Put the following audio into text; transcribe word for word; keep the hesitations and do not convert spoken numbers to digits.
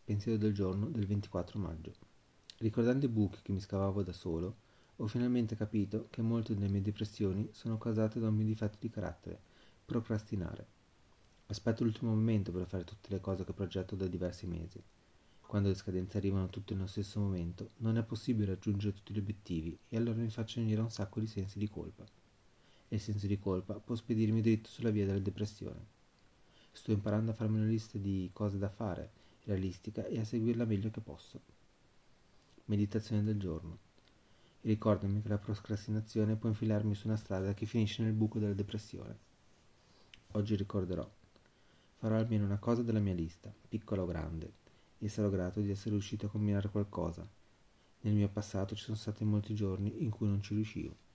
Pensiero del giorno del ventiquattro maggio. Ricordando i buchi che mi scavavo da solo, ho finalmente capito che molte delle mie depressioni sono causate da un mio difetto di carattere: procrastinare. Aspetto l'ultimo momento per fare tutte le cose che progetto da diversi mesi. Quando le scadenze arrivano tutte nello stesso momento, non è possibile raggiungere tutti gli obiettivi e allora mi faccio venire un sacco di sensi di colpa. E il senso di colpa può spedirmi dritto sulla via della depressione. Sto imparando a farmi una lista di cose da fare, realistica, e a seguirla meglio che posso. Meditazione del giorno. Ricordami che la procrastinazione può infilarmi su una strada che finisce nel buco della depressione. Oggi ricorderò. Farò almeno una cosa della mia lista, piccola o grande, e sarò grato di essere riuscito a combinare qualcosa. Nel mio passato ci sono stati molti giorni in cui non ci riuscivo.